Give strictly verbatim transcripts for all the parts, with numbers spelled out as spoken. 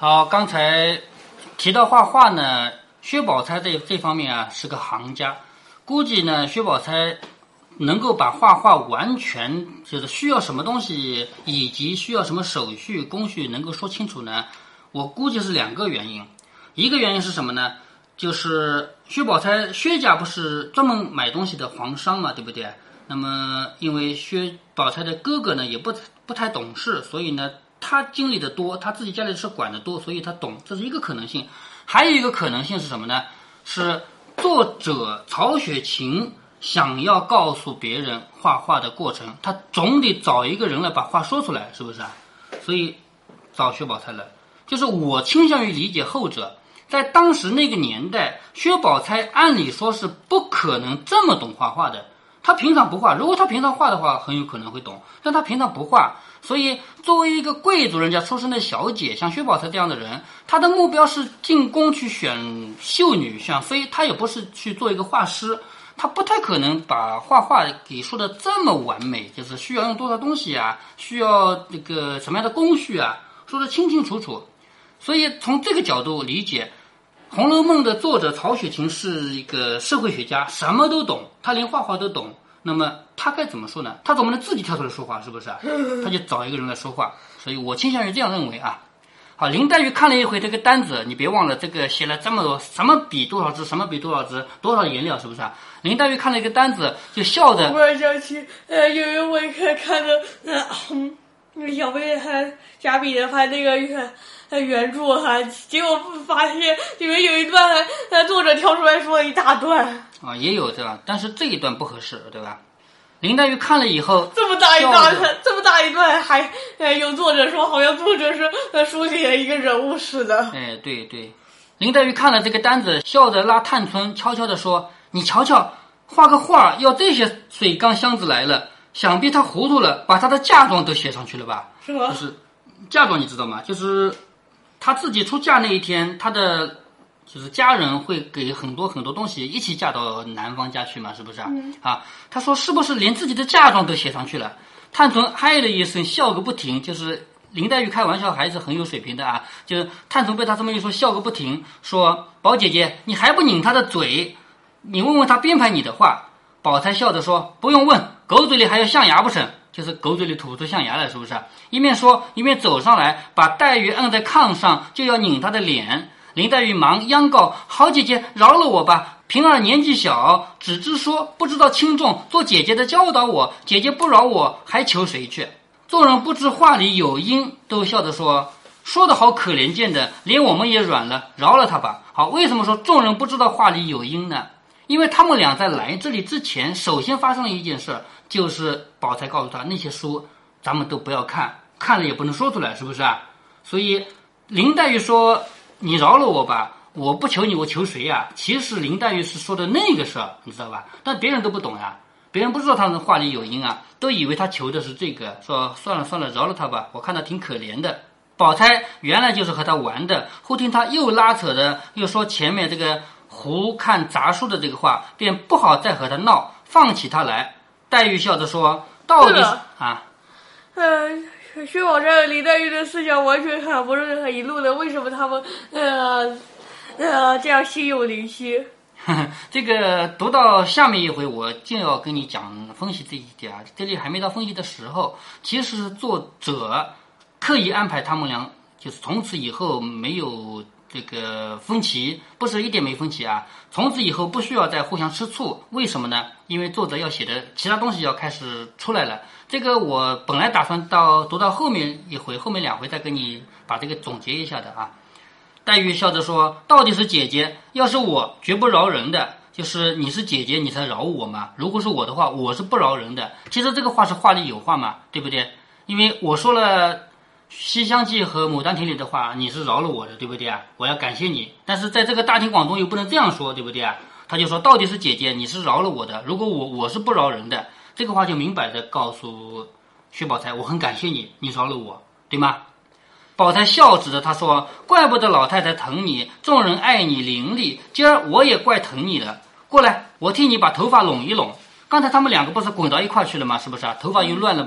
好，刚才提到画画呢，薛宝钗这这方面啊是个行家，估计呢薛宝钗能够把画画完全就是需要什么东西以及需要什么手续工序能够说清楚呢，我估计是两个原因。一个原因是什么呢？就是薛宝钗薛家不是专门买东西的皇商嘛，对不对？那么因为薛宝钗的哥哥呢也不不太懂事，所以呢他经历的多，他自己家里的事管的多，所以他懂，这是一个可能性。还有一个可能性是什么呢？是作者曹雪芹想要告诉别人画画的过程，他总得找一个人来把话说出来，是不是啊？所以找薛宝钗来，就是我倾向于理解后者。在当时那个年代，薛宝钗按理说是不可能这么懂画画的。他平常不画，如果他平常画的话，很有可能会懂，但他平常不画，所以作为一个贵族人家出身的小姐，像薛宝钗这样的人，她的目标是进宫去选秀女、选妃，她也不是去做一个画师，她不太可能把画画给说的这么完美，就是需要用多少东西啊，需要那个什么样的工序啊，说的清清楚楚。所以从这个角度理解，《红楼梦》的作者曹雪芹是一个社会学家，什么都懂，他连画画都懂。那么他该怎么说呢？他总不能自己跳出来说话，是不是啊？他就找一个人来说话。所以我倾向于这样认为啊。好，林黛玉看了一回这个单子，你别忘了这个写了这么多，什么笔多少支，什么笔多少支，多少颜料，是不是啊？林黛玉看了一个单子，就笑着。 我然想起，呃，有一回看看着，呃，那个小贝还贾笔的拍那个原原著哈，结果发现里面有一段，呃，作者跳出来说了一大段啊，也有对吧？但是这一段不合适，对吧？林黛玉看了以后， 这么大一段，这么大一段还呃有作者说，好像作者是呃书写了一个人物似的。 哎，对对，林黛玉看了这个单子，笑着拉探春悄悄地说：“你瞧瞧，画个画要这些水缸箱子来了，想必他糊涂了，把他的嫁妆都写上去了吧？” 是吗？ 就是嫁妆，你知道吗？就是他自己出嫁那一天，他的就是家人会给很多很多东西一起嫁到男方家去嘛，是不是啊？ 嗯、 啊，他说是不是连自己的嫁妆都写上去了？探春嗨了一声，笑个不停。就是林黛玉开玩笑还是很有水平的啊。就是探春被他这么一说，笑个不停，说：“宝姐姐，你还不拧他的嘴？你问问他编排你的话。”宝钗笑着说：“不用问，狗嘴里还有象牙不成？就是狗嘴里吐出象牙来，是不是？”一面说，一面走上来，把黛玉按在炕上，就要拧她的脸。林黛玉忙央告：“好姐姐，饶了我吧！平儿年纪小，只知说，不知道轻重。做姐姐的教导我，姐姐不饶我，还求谁去？”众人不知话里有因，都笑着说：“说得好可怜见的，连我们也软了，饶了他吧。”好，为什么说众人不知道话里有因呢？因为他们俩在来这里之前，首先发生了一件事，就是宝钗告诉他那些书咱们都不要看，看了也不能说出来，是不是啊？所以林黛玉说：“你饶了我吧，我不求你，我求谁呀？”其实林黛玉是说的那个事儿，你知道吧？但别人都不懂呀，别人不知道他的话里有因啊，都以为他求的是这个，说算了算了，饶了他吧，我看他挺可怜的。宝钗原来就是和他玩的，忽听他又拉扯的，又说前面这个胡看杂书的这个话，便不好再和他闹，放起他来。黛玉笑着说：“到底是啊， 嗯。”薛宝钗和林黛玉的思想完全很不是很一路的，为什么他们呃呃这样心有灵犀？ 这个读到下面一回，我就要跟你讲分析这一点啊。这里还没到分析的时候，其实是作者刻意安排他们俩，就是从此以后没有这个分歧，不是一点没分歧啊。从此以后不需要再互相吃醋，为什么呢？因为作者要写的其他东西要开始出来了。这个我本来打算到读到后面一回，后面两回再跟你把这个总结一下的啊。黛玉笑着说：“到底是姐姐，要是我绝不饶人的，就是你是姐姐你才饶我嘛，如果是我的话，我是不饶人的。”其实这个话是话里有话嘛，对不对？因为我说了西厢记和牡丹亭里的话，你是饶了我的，对不对啊？我要感谢你，但是在这个大庭广众又不能这样说，对不对啊？他就说到底是姐姐你是饶了我的，如果我我是不饶人的，这个话就明摆着告诉薛宝钗，我很感谢你，你饶了我，对吗？宝钗笑指着他说：“怪不得老太太疼你，众人爱你伶俐，今儿我也怪疼你了。过来，我替你把头发拢一拢。”刚才他们两个不是滚到一块去了吗？是不是啊？头发又乱了吧？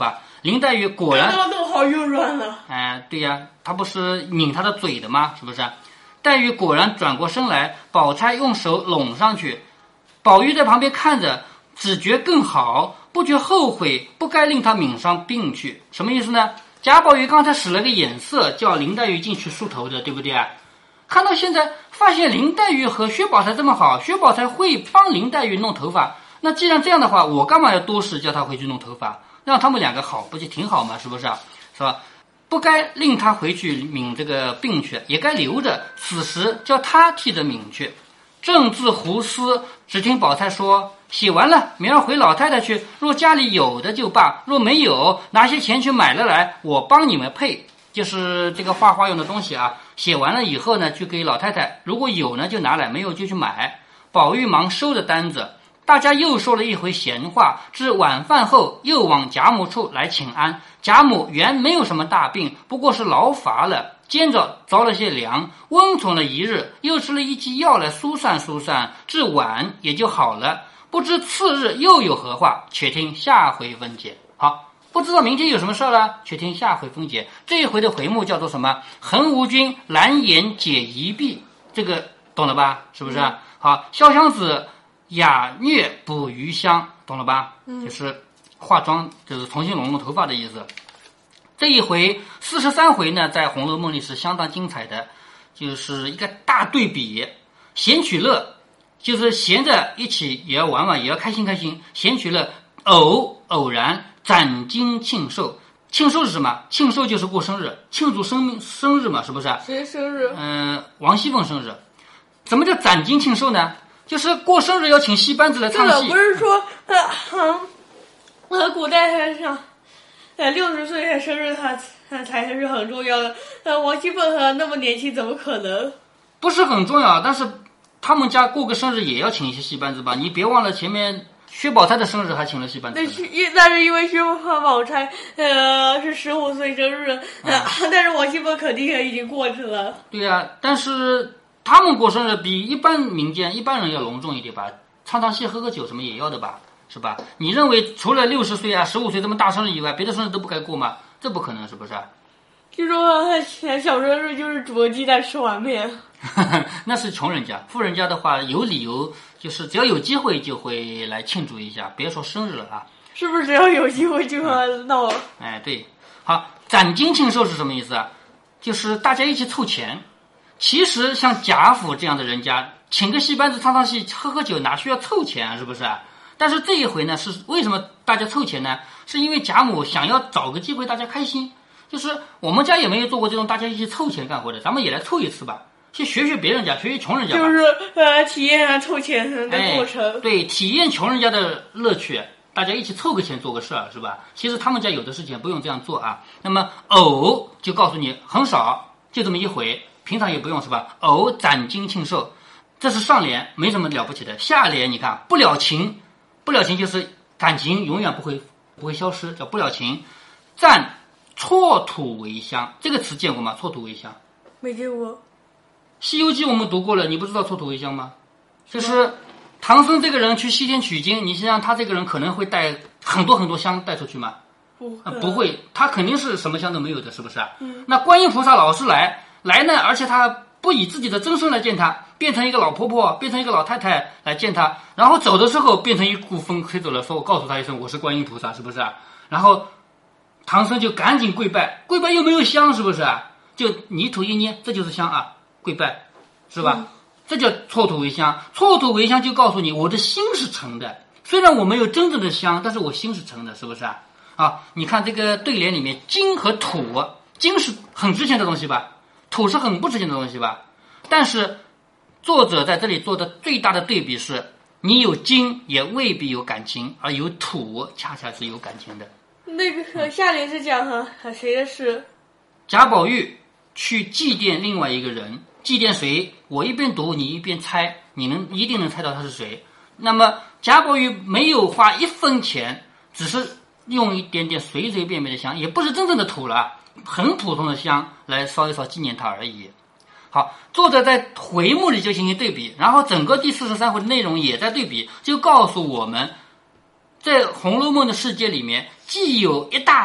林黛玉果然刚刚都好又软了。 哎、呃，对呀，他不是拧他的嘴的吗？是不是？黛玉果然转过身来，宝钗用手拢上去，宝玉在旁边看着，只觉更好，不觉后悔，不该令他抿上病去。什么意思呢？贾宝玉刚才使了个眼色，叫林黛玉进去梳头的，对不对啊？看到现在发现林黛玉和薛宝钗这么好，薛宝钗会帮林黛玉弄头发，那既然这样的话，我干嘛要多事叫她回去弄头发？让他们两个好，不就挺好吗？是不是啊？是吧？不该令他回去抿这个病去，也该留着，此时叫他替着抿去。正自胡思，只听宝钗说：“写完了，明儿回老太太去。若家里有的就罢，若没有，拿些钱去买了来，我帮你们配。就是这个画画用的东西啊。写完了以后呢，去给老太太，如果有呢就拿来，没有就去买。”宝玉忙收着单子。大家又说了一回闲话，至晚饭后又往贾母处来请安。贾母原没有什么大病，不过是劳乏了，兼着着了些凉，温存了一日，又吃了一剂药来疏散疏散，至晚也就好了。不知次日又有何话，且听下回分解。好，不知道明天有什么事了，且听下回分解。这一回的回目叫做什么？横无君蓝颜解疑弊，这个懂了吧？是不是？嗯、好，潇湘子雅谑补余香，懂了吧？嗯，就是化妆，就是重新拢拢头发的意思。这一回四十三回呢，在《红楼梦》里是相当精彩的，就是一个大对比。闲取乐，就是闲着一起也要玩玩，也要开心开心。闲取乐，偶偶然攒金庆寿。庆寿是什么？庆寿就是过生日，庆祝生命生日嘛，是不是？ 谁生日？ 嗯、呃，王熙凤生日。怎么叫攒金庆寿呢？就是过生日要请戏班子来唱戏。 不是说呃嗯呃古代上呃六十岁生日他才是很重要的。呃王熙凤和那么年轻怎么可能？ 不是很重要，但是他们家过个生日也要请一些戏班子吧？你别忘了前面薛宝钗的生日还请了戏班子。 那是因那是因为薛宝钗呃是十五岁生日，呃、啊、但是王熙凤肯定已经过去了。 对呀、啊，但是他们过生日比一般民间一般人要隆重一点吧，唱唱戏喝喝酒什么也要的吧，是吧？你认为除了六十岁啊十五岁这么大生日以外，别的生日都不该过吗？这不可能，是不是？ 据说小生日就是煮个鸡蛋吃碗面。 那是穷人家，富人家的话有理由，就是只要有机会就会来庆祝一下，别说生日了啊。 是不是只要有机会就要闹、嗯？ 哎，对。好，攒金庆寿是什么意思啊？就是大家一起凑钱。其实像贾府这样的人家，请个戏班子唱唱戏喝喝酒，哪需要凑钱啊，是不是？但是这一回呢，是为什么大家凑钱呢？是因为贾母想要找个机会大家开心，就是我们家也没有做过这种大家一起凑钱干活的，咱们也来凑一次吧，去学学别人家，学学穷人家吧， 就是呃体验下凑钱的过程、 哎、对，体验穷人家的乐趣，大家一起凑个钱做个事儿，是吧？其实他们家有的事情不用这样做啊。那么偶就告诉你很少，就这么一回，平常也不用，是吧？偶攒金庆寿，这是上联，没什么了不起的。下联你看，不了情，不了情就是感情永远不会不会消失，叫不了情。赞错土为香，这个词见过吗？错土为香没见过。《 西游记》我们读过了，你不知道错土为香吗？就是唐僧这个人去西天取经，你想想他这个人可能会带很多很多香带出去吗？ 不、 呃、不会，他肯定是什么香都没有的，是不是？ 嗯。 那观音菩萨老是来来呢，而且他不以自己的真身来见他，变成一个老婆婆，变成一个老太太来见他，然后走的时候变成一股风吹走了，说我告诉他一声我是观音菩萨，是不是？然后唐僧就赶紧跪拜，跪拜又没有香，是不是？就泥土一捏，这就是香啊，跪拜，是吧？嗯，这叫错土为香。错土为香就告诉你我的心是诚的，虽然我没有真正的香，但是我心是诚的，是不是啊？啊，你看这个对联里面金和土，金是很值钱的东西吧，土是很不值钱的东西吧。但是作者在这里做的最大的对比是，你有金也未必有感情，而有土恰恰是有感情的。 那个下联是讲哈谁的事？ 贾宝玉去祭奠另外一个人，祭奠谁？我一边读你一边猜，你能一定能猜到他是谁。那么贾宝玉没有花一分钱，只是用一点点随随便便的香，也不是真正的土了，很普通的香来烧一烧纪念他而已。好，作者在回目里就进行对比，然后整个第四十三回的内容也在对比，就告诉我们在《红楼梦》的世界里面，既有一大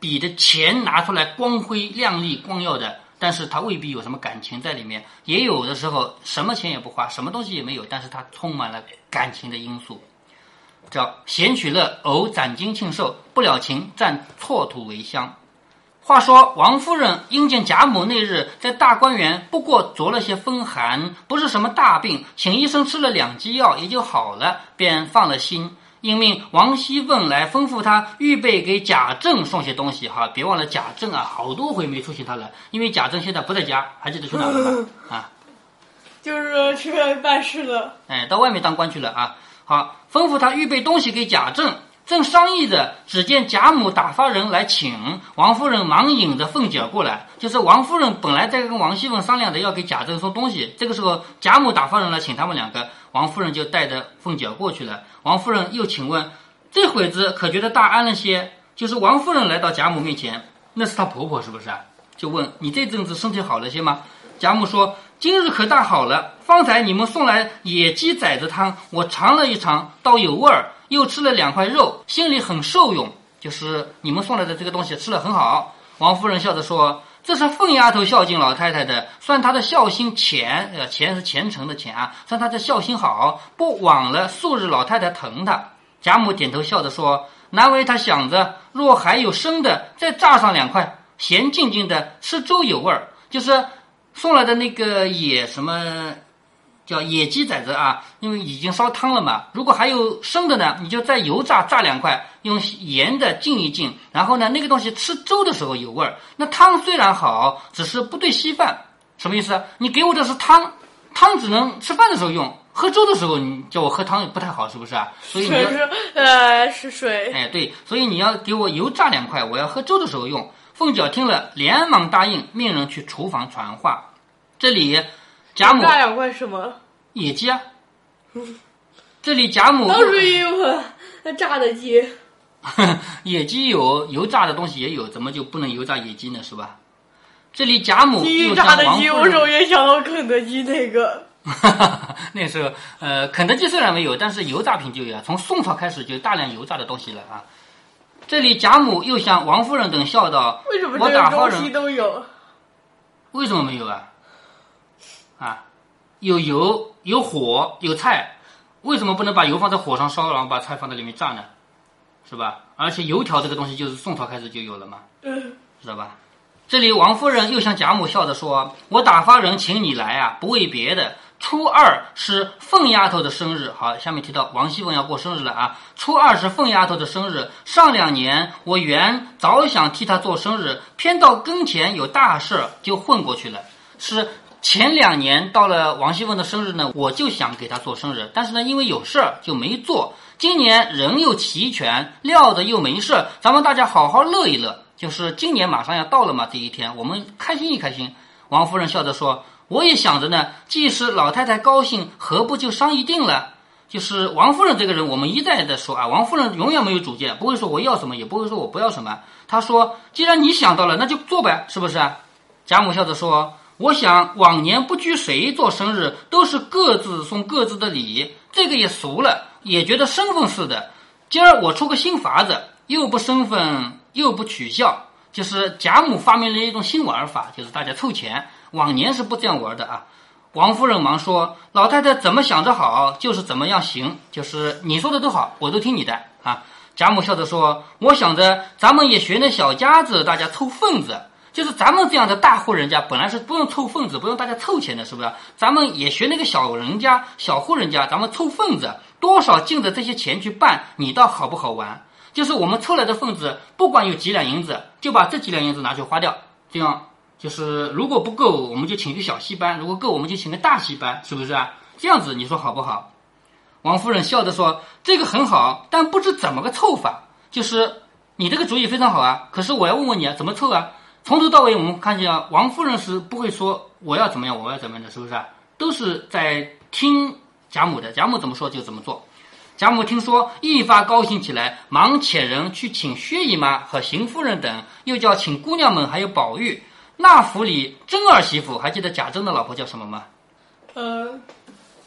比的钱拿出来光辉亮丽光耀的，但是他未必有什么感情在里面，也有的时候什么钱也不花，什么东西也没有，但是他充满了感情的因素。叫闲取乐，偶攒金庆寿，不了情，暂错土为香。话说王夫人因见贾母那日在大观园不过着了些风寒，不是什么大病，请医生吃了两剂药也就好了，便放了心，应命王熙凤来吩咐他预备给贾政送些东西哈，别忘了贾政啊，好多回没出现他了，因为贾政现在不在家，还记得去哪了吗？啊， 就是去外面办事了， 哎，到外面当官去了啊。好，吩咐他预备东西给贾政。正商议着，只见贾母打发人来请王夫人，忙引着凤姐过来。就是王夫人本来在跟王熙凤商量的要给贾政送东西，这个时候贾母打发人来请他们两个，王夫人就带着凤姐过去了。王夫人又请问，这会子可觉得大安了些？就是王夫人来到贾母面前，那是她婆婆是不是啊？就问你这阵子身体好了些吗？贾母说，今日可大好了，方才你们送来野鸡崽子汤，我尝了一尝，倒有味儿，又吃了两块肉，心里很受用，就是你们送来的这个东西吃了很好。王夫人笑着说，这是凤丫头孝敬老太太的，算她的孝心虔，呃，虔是虔诚的虔啊，算她的孝心好，不枉了素日老太太疼她。贾母点头笑着说，难为她想着，若还有生的，再炸上两块，咸静静的吃粥有味儿。就是送来的那个野什么叫野鸡崽子啊，因为已经烧汤了嘛，如果还有生的呢，你就再油炸炸两块，用盐的浸一浸，然后呢那个东西吃粥的时候有味儿。那汤虽然好，只是不对稀饭。什么意思？你给我的是汤，汤只能吃饭的时候用，喝粥的时候你叫我喝汤也不太好，是不是啊？所以你要是呃是水， 哎对，所以你要给我油炸两块，我要喝粥的时候用。凤姐听了连忙答应，命人去厨房传话。这里贾母炸两块什么野鸡啊，这里贾母当时也有那炸的鸡野鸡有油炸的东西也有，怎么就不能油炸野鸡呢？是吧？这里贾母鸡炸的鸡，我首先想到肯德基那个那时候呃，肯德基虽然没有，但是油炸品就有，从宋朝开始就大量油炸的东西了啊。这里贾母又向王夫人等笑道， 为什么这个东西都有？ 为什么没有啊？啊，有油有火有菜，为什么不能把油放在火上烧，然后把菜放在里面炸呢？是吧？而且油条这个东西就是宋朝开始就有了嘛， 嗯， 知道吧？这里王夫人又向贾母笑着说，我打发人请你来啊，不为别的，初二是凤丫头的生日。好，下面提到王熙凤要过生日了啊，初二是凤丫头的生日。上两年我原早想替她做生日，偏到跟前有大事就混过去了。是前两年到了王熙凤的生日呢，我就想给她做生日，但是呢因为有事就没做。今年人又齐全，料的又没事，咱们大家好好乐一乐。就是今年马上要到了嘛，这一天我们开心一开心。王夫人笑着说，我也想着呢，既是老太太高兴，何不就商议定了？就是王夫人这个人，我们一再的说啊，王夫人永远没有主见，不会说我要什么，也不会说我不要什么。她说，既然你想到了，那就做呗，是不是啊？贾母笑着说，我想往年不拘谁做生日，都是各自送各自的礼，这个也俗了，也觉得身份似的。今儿我出个新法子，又不身份又不取笑，就是贾母发明了一种新玩法，就是大家凑钱，往年是不这样玩的啊。王夫人忙说，老太太怎么想着好就是怎么样行，就是你说的都好，我都听你的啊。贾母笑着说，我想着咱们也学那小家子，大家凑份子，就是咱们这样的大户人家本来是不用凑份子，不用大家凑钱的，是不是？咱们也学那个小人家小户人家，咱们凑份子，多少尽着这些钱去办，你倒好不好玩？就是我们凑来的份子，不管有几两银子，就把这几两银子拿去花掉，这样就是如果不够我们就请个小戏班，如果够我们就请个大戏班，是不是啊？这样子你说好不好？王夫人笑着说，这个很好，但不知怎么个凑法。就是你这个主意非常好啊，可是我要问问你啊，怎么凑啊？从头到尾我们看见啊，王夫人是不会说我要怎么样我要怎么样的，是不是啊？都是在听贾母的，贾母怎么说就怎么做。贾母听说一发高兴起来，忙遣人去请薛姨妈和邢夫人等，又叫请姑娘们还有宝玉。那府里甄儿媳妇还记得贾珍的老婆叫什么吗？ 呃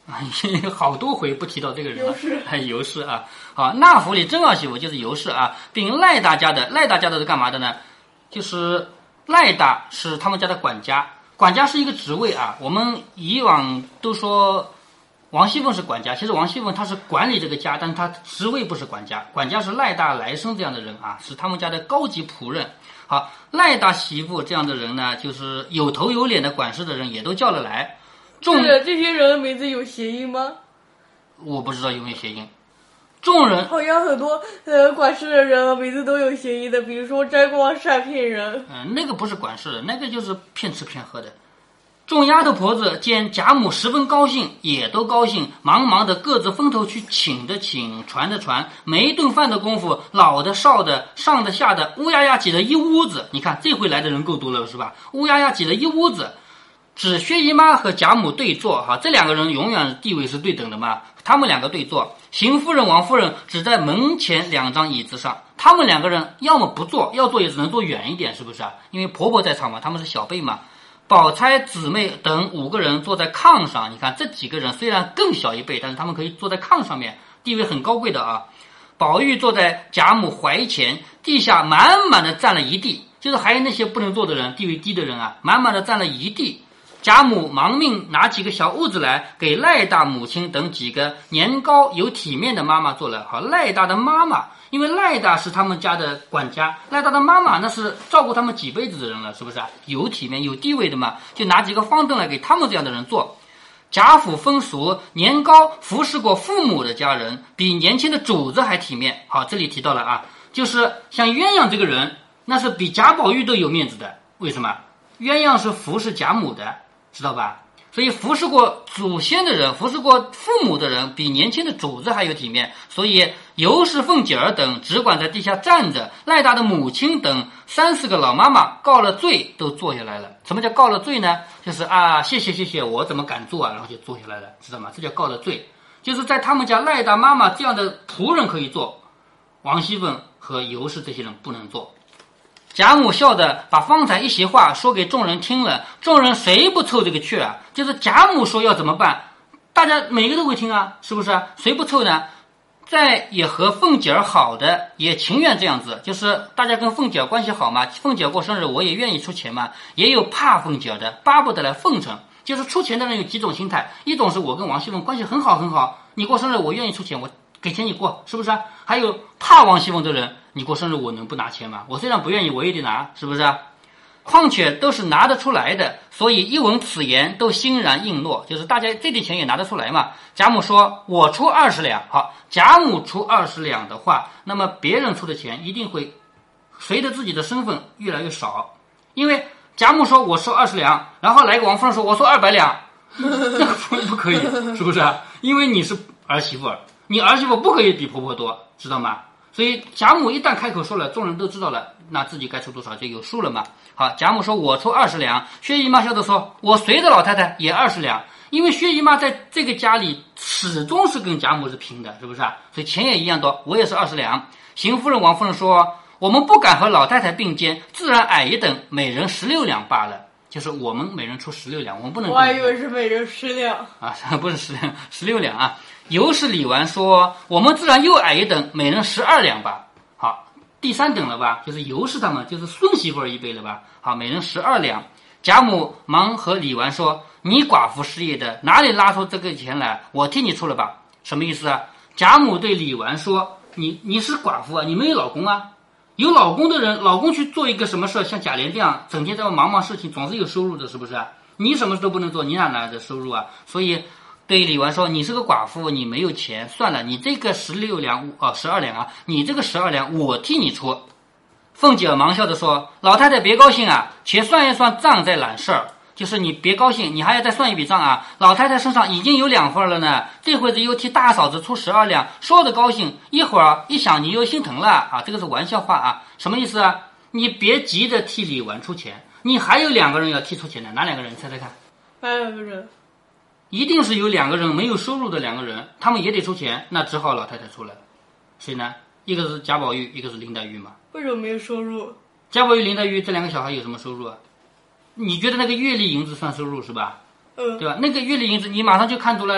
好多回不提到这个人了。 尤氏， 哎，尤氏啊，好，那府里真儿媳妇就是尤氏啊，并赖大家的，赖大家的是干嘛的呢？就是赖大是他们家的管家，管家是一个职位啊。我们以往都说王熙凤是管家，其实王熙凤她是管理这个家，但是她职位不是管家，管家是赖大来生这样的人啊，是他们家的高级仆人。好，赖大媳妇这样的人呢，就是有头有脸的管事的人也都叫了来。众这这些人的名字有谐音吗？ 我不知道有没有谐音。众人好像很多呃管事的人名字都有谐音的，比如说沾光善骗人。 嗯、呃，那个不是管事的，那个就是骗吃骗喝的。众丫头婆子见贾母十分高兴，也都高兴，忙忙的各自分头去请的请，传的传。没一顿饭的功夫，老的少的上的下的乌压压挤了一屋子。你看这回来的人够多了是吧？乌压压挤了一屋子。只薛姨妈和贾母对坐哈，这两个人永远地位是对等的嘛，他们两个对坐。邢夫人、王夫人只在门前两张椅子上，他们两个人要么不坐，要坐也只能坐远一点，是不是啊？因为婆婆在场嘛，他们是小辈嘛。宝钗、姊妹等五个人坐在炕上，你看这几个人虽然更小一辈，但是他们可以坐在炕上面，地位很高贵的啊。宝玉坐在贾母怀前，地下满满的站了一地，就是还有那些不能坐的人，地位低的人啊，满满的站了一地。贾母忙命拿几个小屋子来，给赖大母亲等几个年高有体面的妈妈做了。好，赖大的妈妈，因为赖大是他们家的管家，赖大的妈妈那是照顾他们几辈子的人了，是不是啊？有体面有地位的嘛，就拿几个方凳来给他们这样的人做。贾府风俗，年高服侍过父母的家人，比年轻的主子还体面。好，这里提到了啊，就是像鸳鸯这个人，那是比贾宝玉都有面子的。为什么？鸳鸯是服侍贾母的，知道吧？所以服侍过祖先的人，服侍过父母的人，比年轻的主子还有体面。所以尤氏、凤姐儿等只管在地下站着，赖大的母亲等三四个老妈妈告了罪，都坐下来了。什么叫告了罪呢？就是啊，谢谢谢谢，我怎么敢做啊？然后就坐下来了，知道吗？这叫告了罪。就是在他们家赖大妈妈这样的仆人可以做，王熙凤和尤氏这些人不能做。贾母笑的把方才一席话说给众人听了，众人谁不凑这个趣啊？就是贾母说要怎么办，大家每个都会听啊，是不是？谁不凑呢？在也和凤姐儿好的，也情愿这样子，就是大家跟凤姐儿关系好嘛，凤姐儿过生日我也愿意出钱嘛，也有怕凤姐儿的，巴不得来奉承。就是出钱的人有几种心态，一种是我跟王熙凤关系很好很好，你过生日我愿意出钱，我给钱你过，是不是？还有怕王熙凤的人，你过生日我能不拿钱吗？我虽然不愿意，我也得拿，是不是？况且都是拿得出来的，所以一闻此言都欣然应诺，就是大家这点钱也拿得出来嘛。贾母说我出二十两，好，贾母出二十两的话，那么别人出的钱一定会随着自己的身份越来越少，因为贾母说我收二十两，然后来个王夫人说我收二百两，这个不不可以，是不是？因为你是儿媳妇儿，你儿媳妇不可以比婆婆多，知道吗？所以贾母一旦开口说了，众人都知道了，那自己该出多少就有数了嘛。好，贾母说我出二十两，薛姨妈笑着说我随着老太太也二十两，因为薛姨妈在这个家里始终是跟贾母是平的，是不是啊？所以钱也一样多，我也是二十两。邢夫人、王夫人说我们不敢和老太太并肩，自然矮一等，每人十六两罢了。就是我们每人出十六两，我们不能。 我还以为是每人十两啊，不是十两，十六两啊。尤氏、李纨说我们自然又矮一等，每人十二两吧。好，第三等了吧，就是尤氏他们，就是孙媳妇儿一辈了吧。好，每人十二两。贾母忙和李纨说你寡妇失业的，哪里拉出这个钱来？我替你出了吧。什么意思啊？贾母对李纨说你你是寡妇啊，你没有老公啊。有老公的人，老公去做一个什么事，像贾琏这样整天在忙忙事情，总是有收入的，是不是？你什么事都不能做，你哪来的收入啊？所以对李纨说你是个寡妇，你没有钱，算了，你这个十六两哦十二两啊，你这个十二两我替你出。凤姐忙笑着说老太太别高兴啊，且算一算账再揽事儿。就是你别高兴，你还要再算一笔账啊！老太太身上已经有两份了呢，这会子又替大嫂子出十二两，说的高兴，一会儿一想你又心疼了啊！这个是玩笑话啊，什么意思啊？你别急着替李纨出钱，你还有两个人要替出钱的，哪两个人？猜猜看？ 哪两个人？ 一定是有两个人没有收入的两个人，他们也得出钱，那只好老太太出来。谁呢？一个是贾宝玉，一个是林黛玉嘛。 为什么没有收入？ 贾宝玉、林黛玉这两个小孩有什么收入啊？你觉得那个月例银子算收入是吧？ 嗯， 对吧？那个月例银子你马上就看出来了，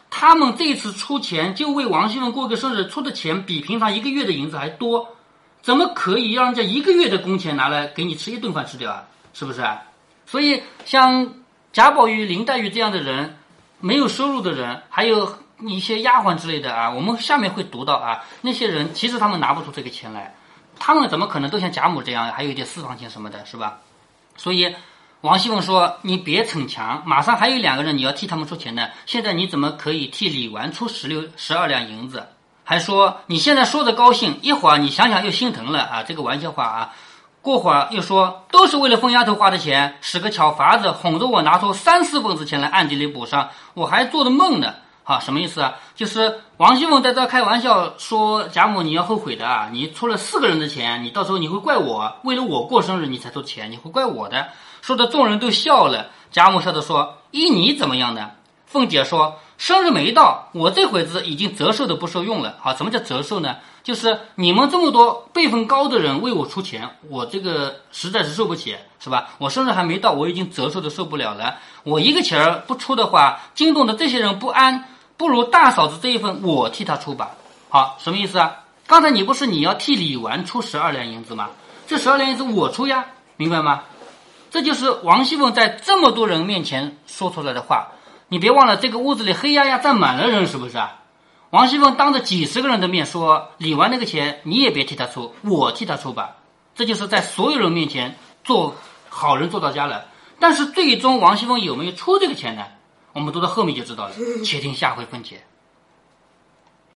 他们这次出钱就为王熙凤过个生日，出的钱比平常一个月的银子还多，怎么可以让人家一个月的工钱拿来给你吃一顿饭吃掉啊？是不是啊？所以像贾宝玉、林黛玉这样的人，没有收入的人，还有一些丫鬟之类的啊，我们下面会读到啊，那些人其实他们拿不出这个钱来，他们怎么可能都像贾母这样，还有一点私房钱什么的，是吧？所以王熙凤说：“你别逞强，马上还有两个人你要替他们出钱呢。现在你怎么可以替李纨出十六十二两银子？还说你现在说的高兴，一会儿你想想又心疼了啊！这个玩笑话啊，过会儿又说都是为了疯丫头花的钱，使个巧法子哄着我拿出三四份子钱来暗地里补上，我还做的梦呢。啊，什么意思啊？就是王熙凤在这开玩笑说贾母你要后悔的啊！你出了四个人的钱，你到时候你会怪我，为了我过生日你才出钱，你会怪我的。”说的众人都笑了，贾母笑着说：“依你怎么样呢？”凤姐说：“生日没到，我这会子已经折寿的不受用了。”好，什么叫折寿呢？就是你们这么多辈分高的人为我出钱，我这个实在是受不起，是吧？我生日还没到，我已经折寿的受不了了。我一个钱儿不出的话，惊动的这些人不安，不如大嫂子这一份我替她出吧。好，什么意思啊？刚才你不是你要替李纨出十二两银子吗？这十二两银子我出呀，明白吗？这就是王熙凤在这么多人面前说出来的话。你别忘了，这个屋子里黑压压站满了人，是不是啊？王熙凤当着几十个人的面说：“李纨那个钱你也别替他出，我替他出吧。”这就是在所有人面前做好人做到家了。但是最终王熙凤有没有出这个钱呢？我们读到后面就知道了，且听下回分解。